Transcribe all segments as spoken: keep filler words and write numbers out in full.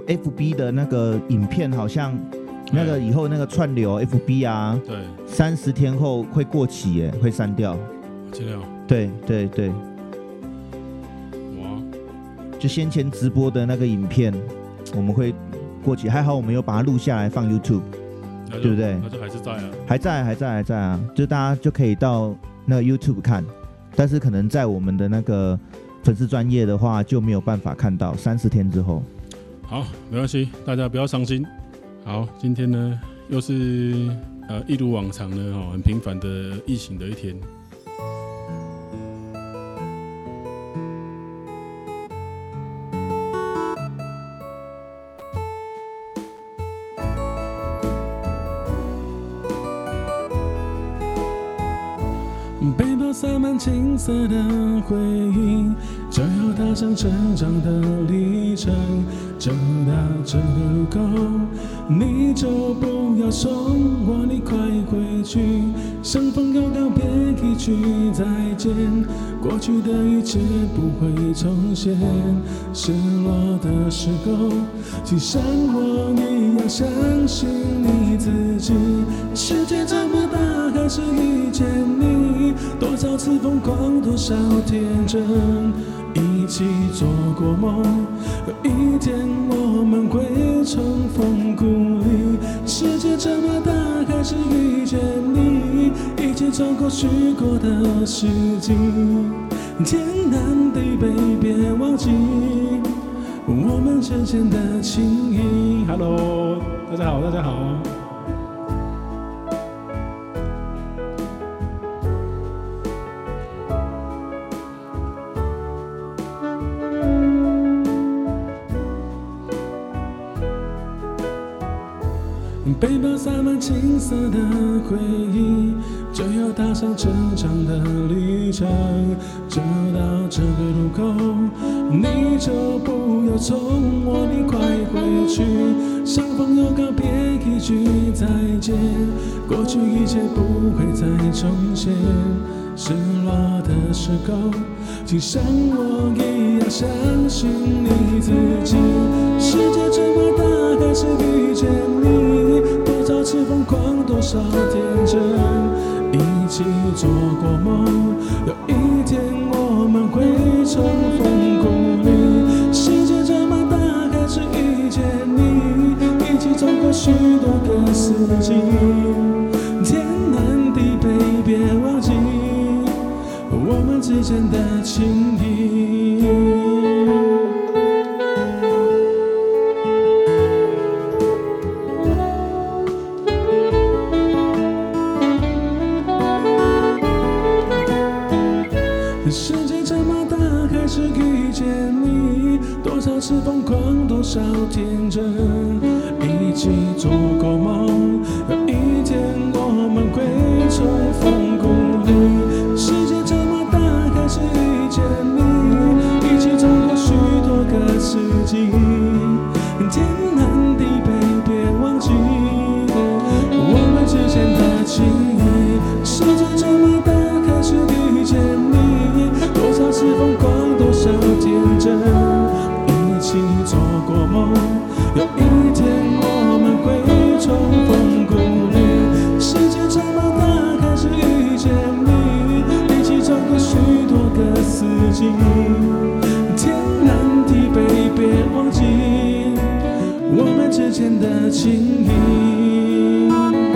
F B 的那个影片好像那个以后那个串流 F B 啊， 对， 三十天后会过期耶，会删掉。 真的哦。 对对对。 哇！ 就先前直播的那个影片，我们会过期，还好我们有把它录下来放 YouTube， 对不对？ 那就还是在啊。 还在，还在，还在啊！就大家就可以到那个 YouTube 看，但是可能在我们的那个粉丝专页的话就没有办法看到，三十天之后。 好，没关系，大家不要伤心。好，今天呢又是呃一如往常呢，哦，很平凡的疫情的一天。 背包塞满青涩的回忆，就要踏上成长的历程。走到这个路口，你就不要送我，你快回去。相逢又告别，一句再见，过去的一切不会重现。失落的时候，请像我一样相信你自己。世界这么大，还是遇见你。多少次疯狂，多少天真，一起做过梦。有一天我们会重逢故里。世界这么大，还是遇见你，一起走过许过的事情。天南地北，别忘记我们之间的情谊。Hello， 大家好，大家好。背包塞满青涩的回忆，就要踏上成长的历程。走到这个路口，你就不要冲我，你快回去。相逢又告别，一句再见，过去一切不会再重现。失落的时候，请像我一样相信你自己。世界这么大，还是遇见你，多少次疯狂，多少天真，一起做过梦。有一天我们会重逢故里。世界这么大，还是遇见你，一起走过许多个四季。天南地北，别忘记我们之间的情谊。世界这么大，还是遇见你，多少次疯狂，多少天真，一起做过梦。有一天我们会重逢故里。世界这么大，还是遇见你，一起走过许多个世纪。天南地北，别忘记我们之间的情谊。世界这么大，还是遇见你，多少次疯狂，多少天真，一起做过梦。有一天我们会重逢故里。世界这么大，还是遇见你，一起走过许多个四季。天南地北，别忘记我们之间的情谊。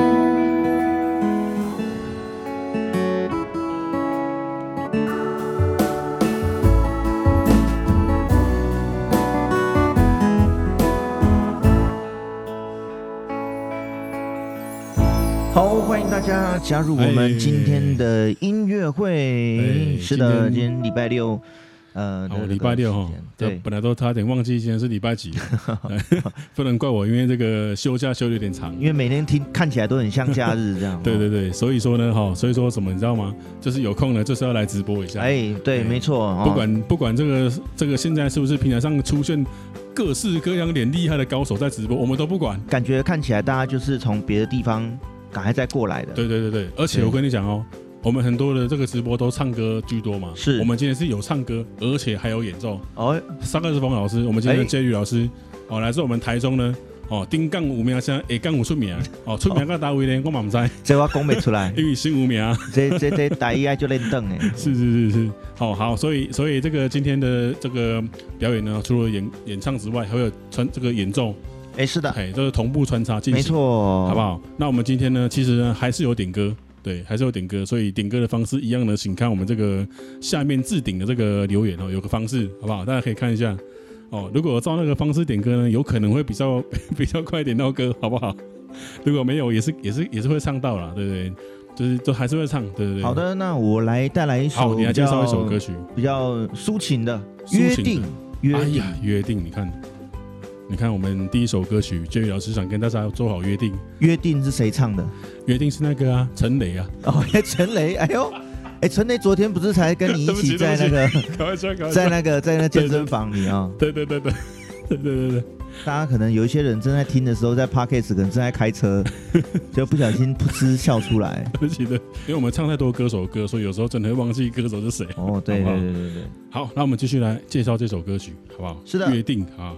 好，欢迎大家加入我们今天的音乐会。是的，今天礼拜六，呃， 礼拜六哈，对，本来都差点忘记今天是礼拜几，不能怪我，因为这个休假休的有点长， 因为每天听看起来都很像假日这样。 对对对，所以说呢，哈，所以说什么你知道吗？就是有空呢，就是要来直播一下。 哎，对，没错， 不管不管这个这个现在是不是平台上出现各式各样点厉害的高手在直播，我们都不管。 感觉看起来大家就是从别的地方赶快再过来的。 对对对对，而且我跟你讲哦，我们很多的这个直播都唱歌居多嘛。 是， 我们今天是有唱歌，而且还有演奏。 哦， 萨克斯风老师，我们今天的介律老师， 哦，来自我们台中呢。哦，丁港有名声，下港有出名。哦，出名到哪位呢？我嘛唔知。 这我讲不出来， 因为新无名。 这这这台语爱就练凳哎。 是是是是，好好，所以所以这个今天的这个表演呢，除了演演唱之外，还有穿这个演奏。 哎，是的， 哎，都是同步穿插进行， 没错， 好不好？那我们今天呢，其实呢还是有点歌，对，还是有点歌，所以点歌的方式一样呢，请看我们这个下面置顶的这个留言哦，有个方式，好不好？大家可以看一下。哦，如果照那个方式点歌呢，有可能会比较比较快点到歌，好不好？如果没有，也是也是也是会唱到啦，对不对？就是都还是会唱，对对对。 好的，那我来带来一首， 好，你来介绍一首歌曲， 比较抒情的《约定》。约定， 哎呀，约定，你看，你看，我们第一首歌曲，Jerry老师想跟大家做好约定。 约定是谁唱的？ 约定是那个啊，陈雷啊。 哦，陈雷，哎呦。哎，陈雷昨天不是才跟你一起在那个，在那个在那健身房里啊？ 对对对对对对对对。 大家可能有一些人正在听的时候，在 Podcast 可能正在开车，就不小心噗嗤笑出来。 对不起的，因为我们唱太多歌手歌，所以有时候真的会忘记歌手是谁。 哦，对对对对对。 好，那我们继续来介绍这首歌曲，好不好？ 是的， 约定啊。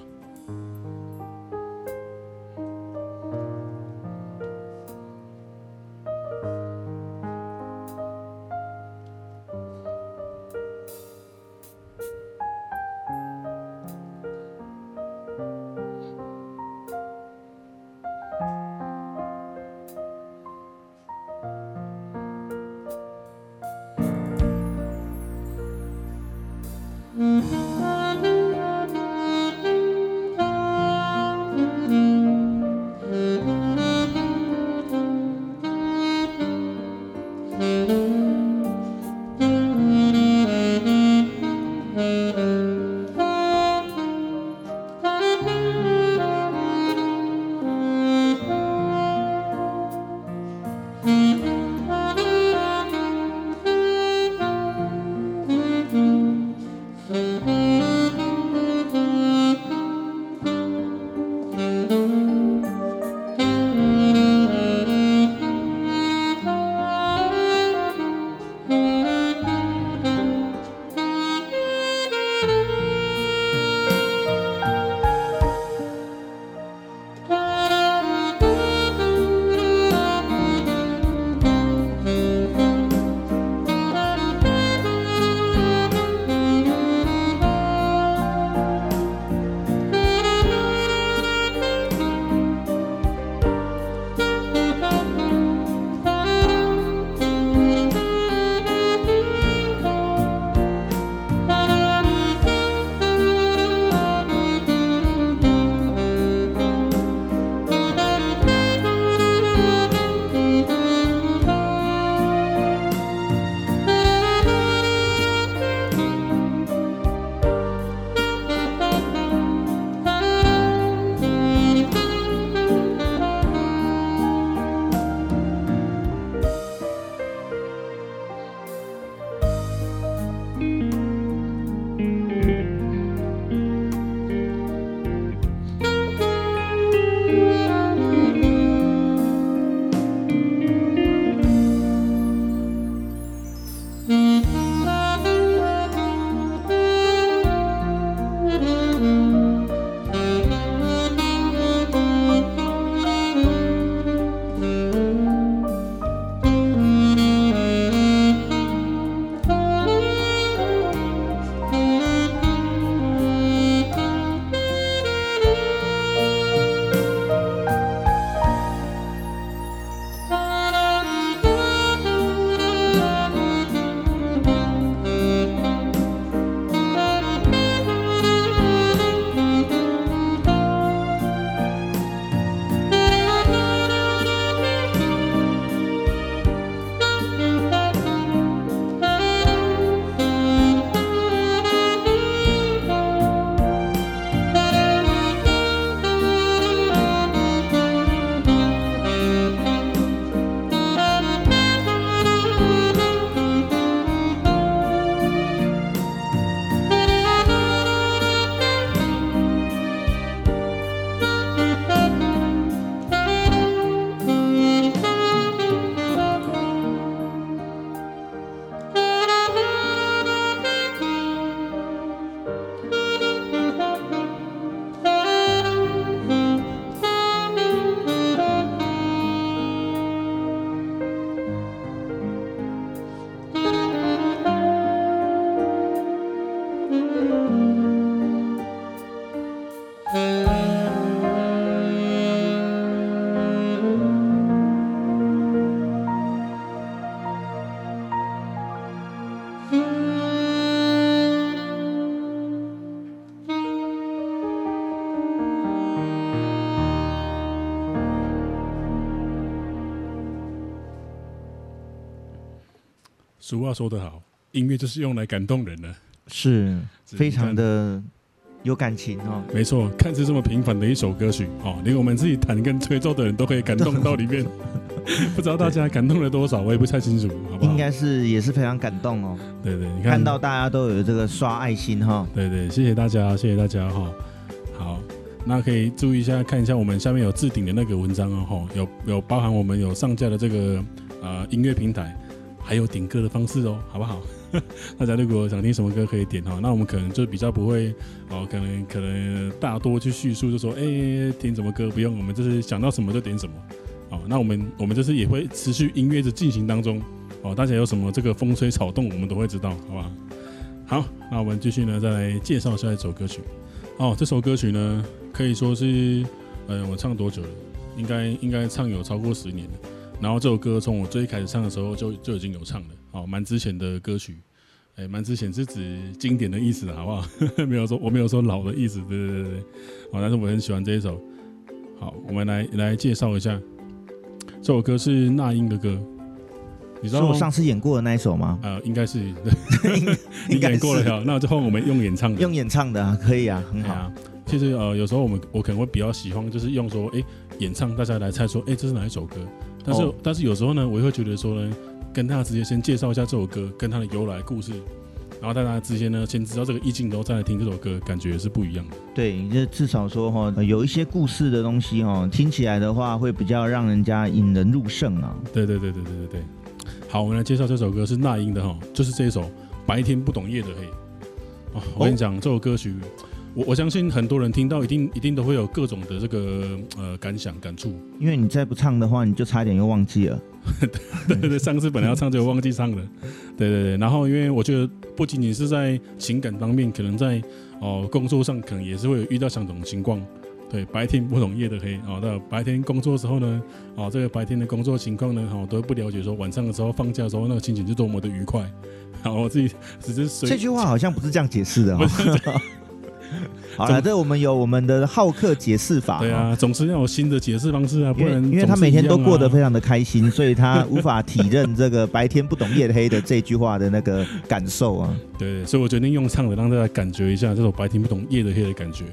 俗话说得好，音乐就是用来感动人的， 是非常的有感情哦。 没错，看似这么平凡的一首歌曲哦，连我们自己弹跟吹奏的人都可以感动到里面。不知道大家感动了多少，我也不太清楚，好不好？ 应该是也是非常感动哦。 对对，你看， 看到大家都有这个刷爱心哈。 对对，谢谢大家，谢谢大家哈。好，那可以注意一下，看一下我们下面有置顶的那个文章哦，有有包含我们有上架的这个呃音乐平台，还有点歌的方式哦，好不好？大家如果想听什么歌可以点哈，那我们可能就比较不会哦，可能可能大多去叙述，就说哎、欸、听什么歌不用，我们就是想到什么就点什么。哦，那我们我们就是也会持续音乐的进行当中哦，大家有什么这个风吹草动，我们都会知道，好不好？好，那我们继续呢，再来介绍下一首歌曲。哦，这首歌曲呢，可以说是，呃，我唱多久了？应该应该唱有超过十年了。然后这首歌从我最开始唱的时候就就已经有唱了，哦，蛮之前的歌曲，哎，蛮之前是指经典的意思，好不好？没有说我没有说老的意思，对对对对。哦，但是我很喜欢这一首。好，我们来来介绍一下。这首歌是那英的歌，你知道是我上次演过的那一首吗？ 呃，应该是， 应该是演过了哈。那之后我们用演唱的， 用演唱的、啊、可以啊，很好。 啊、其实呃，有时候我们我可能会比较喜欢，就是用说，哎，演唱，大家来猜说，哎，这是哪一首歌？但是、哦、但是有时候呢，我也会觉得说呢，跟大家直接先介绍一下这首歌跟它的由来故事。然后大家之间呢，先知道这个意境，然后再来听这首歌，感觉是不一样的。 对，就至少说哈，有一些故事的东西哈，听起来的话会比较让人家引人入胜啊。 对对对对对对对。好，我们来介绍这首歌是那英的哈，就是这一首《白天不懂夜的黑》。哦，我跟你讲，这首歌曲，我我相信很多人听到一定一定都会有各种的这个呃感想感触。 因为你再不唱的话，你就差点又忘记了。 对对对，上次本来要唱就忘记唱了。对对对，然后因为我觉得不仅仅是在情感方面，可能在哦、呃、工作上可能也是会有遇到相同的情况。对，白天不懂夜的黑哦，那白天工作的时候呢，哦这个白天的工作情况呢，哦都不了解说晚上的时候放假的时候那个心情是多么的愉快。好，我自己只是随这句话好像不是这样解释的哦。好了，这我们有我们的浩克解释法。 对啊，总是要有新的解释方式啊，不然因为因为他每天都过得非常的开心，所以他无法体认这个白天不懂夜的黑的这句话的那个感受啊。 对，所以我决定用唱的让大家感觉一下这种白天不懂夜的黑的感觉。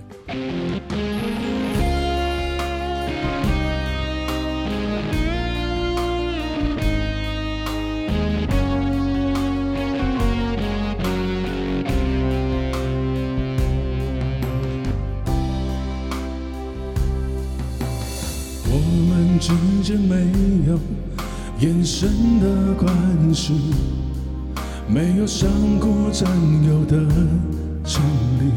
之间没有眼神的关系，没有想过占有的权利，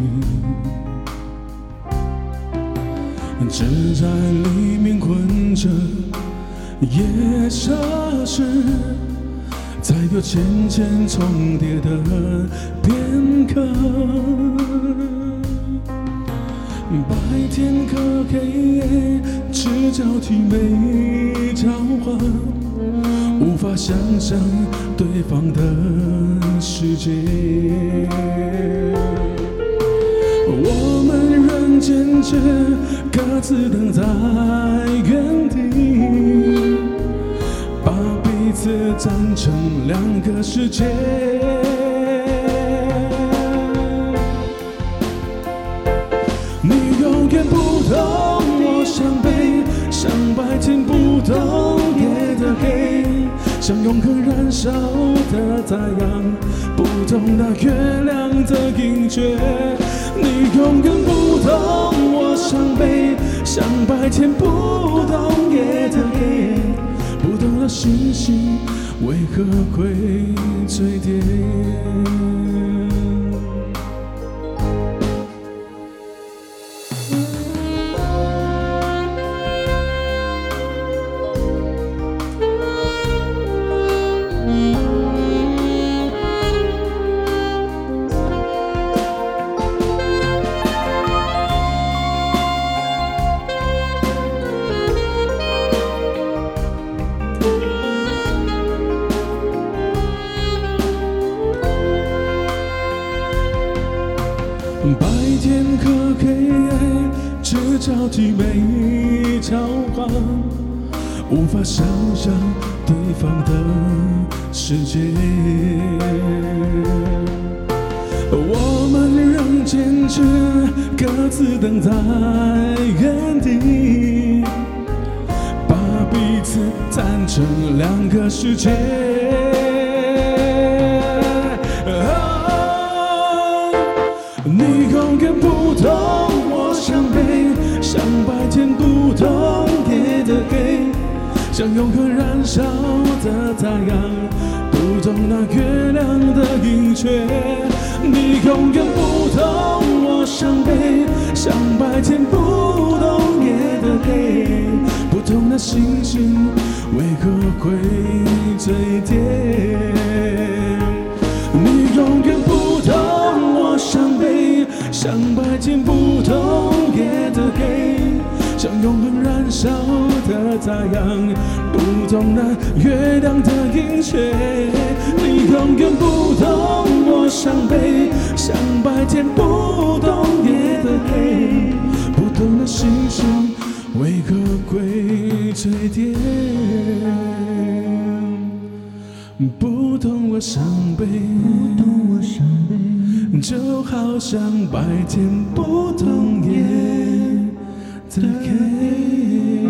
只在里面困着，也奢侈，在有渐渐重叠的片刻。白天和黑夜只交替没交换，无法想象对方的世界。我们仍坚持各自等在原地，把彼此站成两个世界。你永远不懂我伤悲，像白天不懂夜的黑，像永恒燃烧的太阳，不懂那月亮的隐决。你永远不懂我伤悲，像白天不懂夜的黑，不懂那星星为何会坠跌。白天和黑夜只交替没交换， 无法想象对方的世界。我们仍坚持各自等在原地，把彼此站成两个世界。哦，你永远不懂我伤悲，像白天不懂夜的黑，像永恒燃烧的太阳，不懂那月亮的盈缺。你永远不懂我伤悲，像白天不懂夜的黑，不懂那星星为何会坠跌。你永远不懂我伤悲，像白天不懂夜的黑，像永恒燃烧的太阳，不懂那月亮的盈缺。你永远不懂我伤悲，像白天不懂夜的黑，不懂那星星为何会坠跌。不懂我伤悲，不懂我伤悲，就好像白天不懂夜的黑。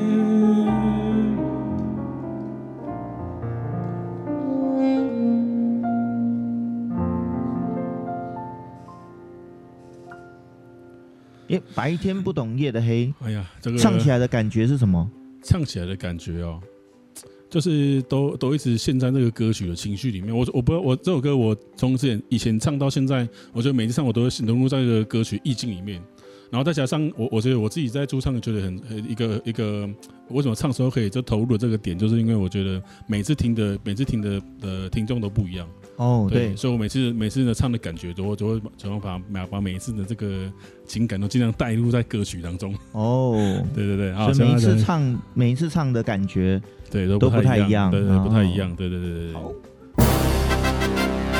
耶，白天不懂夜的黑。 哎呀，这个唱起来的感觉是什么？ 唱起来的感觉哦，就是都都一直陷在这个歌曲的情绪里面。我我不知道，我这首歌我从之前以前唱到现在，我觉得每次唱我都会融入在这个歌曲意境里面。然后再加上我，我觉得我自己在驻唱觉得很很一个一个，为什么唱的时候可以就投入的这个点，就是因为我觉得每次听的每次听的的听众都不一样。 哦， 对， 对， 所以我每次每次呢唱的感觉都会都会想要把把每一次的这个情感都尽量带入在歌曲当中。 哦， 对对对， 所以每一次唱每一次唱的感觉， 对都都不太一样， 对对，不太一样，对对对对对。 好。